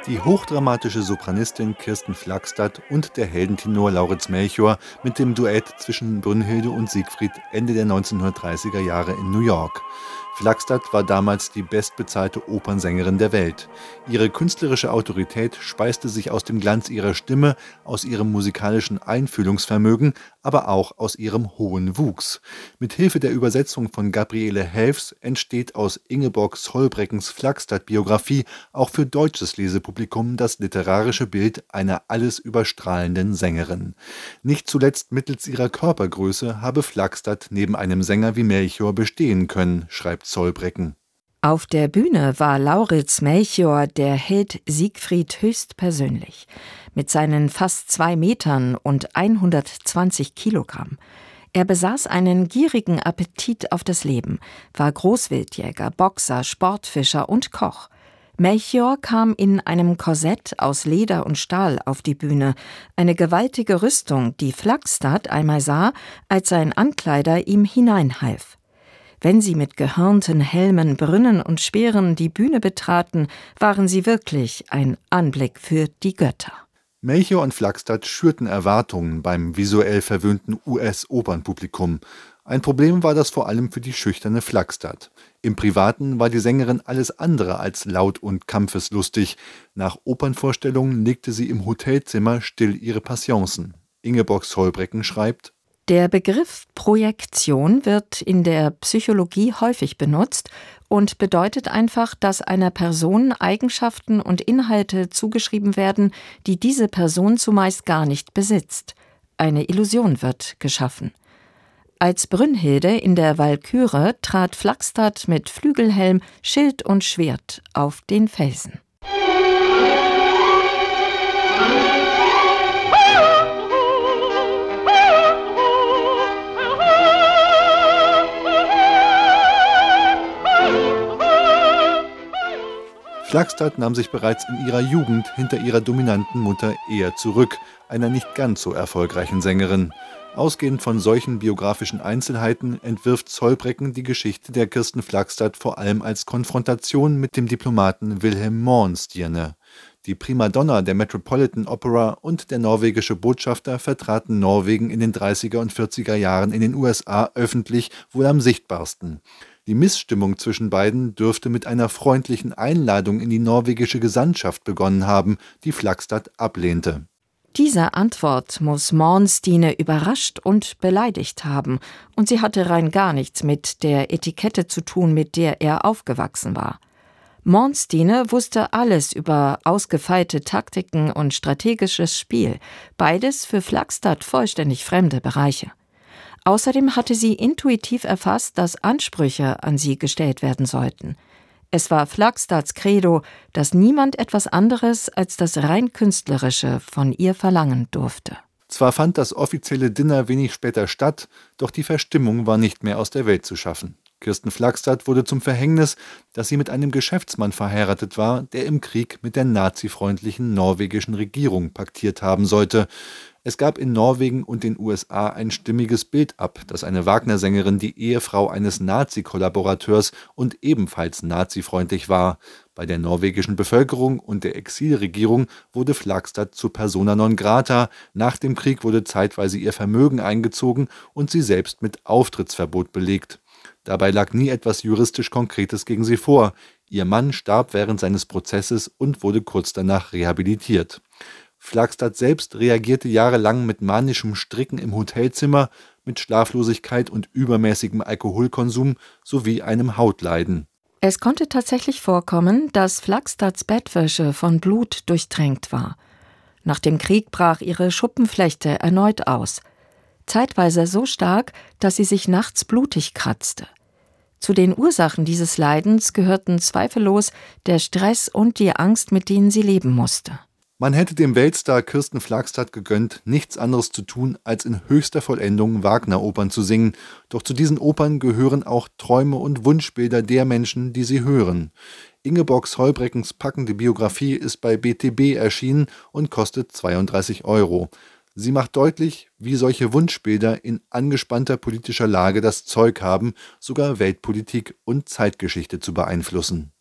Die hochdramatische Sopranistin Kirsten Flagstad und der Heldentenor Lauritz Melchior mit dem Duett zwischen Brünnhilde und Siegfried Ende der 1930er Jahre in New York. Flagstad war damals die bestbezahlte Opernsängerin der Welt. Ihre künstlerische Autorität speiste sich aus dem Glanz ihrer Stimme, aus ihrem musikalischen Einfühlungsvermögen, aber auch aus ihrem hohen Wuchs. Mit Hilfe der Übersetzung von Gabriele Helfs entsteht aus Ingeborg Zollbreckens Flagstad-Biografie auch für deutsches Lesepublikum das literarische Bild einer alles überstrahlenden Sängerin. Nicht zuletzt mittels ihrer Körpergröße habe Flagstad neben einem Sänger wie Melchior bestehen können, schreibt Zollbrecken. Auf der Bühne war Lauritz Melchior der Held Siegfried höchstpersönlich. Mit seinen fast 2 Metern und 120 Kilogramm. Er besaß einen gierigen Appetit auf das Leben, war Großwildjäger, Boxer, Sportfischer und Koch. Melchior kam in einem Korsett aus Leder und Stahl auf die Bühne, eine gewaltige Rüstung, die Flagstad einmal sah, als sein Ankleider ihm hineinhalf. Wenn sie mit gehörnten Helmen, Brünnen und Speeren die Bühne betraten, waren sie wirklich ein Anblick für die Götter. Melchior und Flagstad schürten Erwartungen beim visuell verwöhnten US-Opernpublikum. Ein Problem war das vor allem für die schüchterne Flagstad. Im Privaten war die Sängerin alles andere als laut und kampfeslustig. Nach Opernvorstellungen legte sie im Hotelzimmer still ihre Passionsen. Ingeborg Zollbrecken schreibt: Der Begriff Projektion wird in der Psychologie häufig benutzt und bedeutet einfach, dass einer Person Eigenschaften und Inhalte zugeschrieben werden, die diese Person zumeist gar nicht besitzt. Eine Illusion wird geschaffen. Als Brünnhilde in der Walküre trat Flagstad mit Flügelhelm, Schild und Schwert auf den Felsen. Flagstad nahm sich bereits in ihrer Jugend hinter ihrer dominanten Mutter eher zurück, einer nicht ganz so erfolgreichen Sängerin. Ausgehend von solchen biografischen Einzelheiten entwirft Zollbrecken die Geschichte der Kirsten Flagstad vor allem als Konfrontation mit dem Diplomaten Wilhelm Mohnstierna. Die Primadonna der Metropolitan Opera und der norwegische Botschafter vertraten Norwegen in den 30er und 40er Jahren in den USA öffentlich wohl am sichtbarsten. Die Missstimmung zwischen beiden dürfte mit einer freundlichen Einladung in die norwegische Gesandtschaft begonnen haben, die Flagstad ablehnte. Diese Antwort muss Mohnstierna überrascht und beleidigt haben, und sie hatte rein gar nichts mit der Etikette zu tun, mit der er aufgewachsen war. Mohnstierna wusste alles über ausgefeilte Taktiken und strategisches Spiel, beides für Flagstad vollständig fremde Bereiche. Außerdem hatte sie intuitiv erfasst, dass Ansprüche an sie gestellt werden sollten. Es war Flagstads Credo, dass niemand etwas anderes als das rein Künstlerische von ihr verlangen durfte. Zwar fand das offizielle Dinner wenig später statt, doch die Verstimmung war nicht mehr aus der Welt zu schaffen. Kirsten Flagstad wurde zum Verhängnis, dass sie mit einem Geschäftsmann verheiratet war, der im Krieg mit der nazifreundlichen norwegischen Regierung paktiert haben sollte. Es gab in Norwegen und den USA ein stimmiges Bild ab, dass eine Wagner-Sängerin die Ehefrau eines Nazi-Kollaborateurs und ebenfalls nazifreundlich war. Bei der norwegischen Bevölkerung und der Exilregierung wurde Flagstad zu persona non grata. Nach dem Krieg wurde zeitweise ihr Vermögen eingezogen und sie selbst mit Auftrittsverbot belegt. Dabei lag nie etwas juristisch Konkretes gegen sie vor. Ihr Mann starb während seines Prozesses und wurde kurz danach rehabilitiert. Flagstad selbst reagierte jahrelang mit manischem Stricken im Hotelzimmer, mit Schlaflosigkeit und übermäßigem Alkoholkonsum sowie einem Hautleiden. Es konnte tatsächlich vorkommen, dass Flagstads Bettwäsche von Blut durchtränkt war. Nach dem Krieg brach ihre Schuppenflechte erneut aus. Zeitweise so stark, dass sie sich nachts blutig kratzte. Zu den Ursachen dieses Leidens gehörten zweifellos der Stress und die Angst, mit denen sie leben musste. Man hätte dem Weltstar Kirsten Flagstad gegönnt, nichts anderes zu tun, als in höchster Vollendung Wagner-Opern zu singen. Doch zu diesen Opern gehören auch Träume und Wunschbilder der Menschen, die sie hören. Ingeborg Zollbreckens packende Biografie ist bei BTB erschienen und kostet 32 €. Sie macht deutlich, wie solche Wunschbilder in angespannter politischer Lage das Zeug haben, sogar Weltpolitik und Zeitgeschichte zu beeinflussen.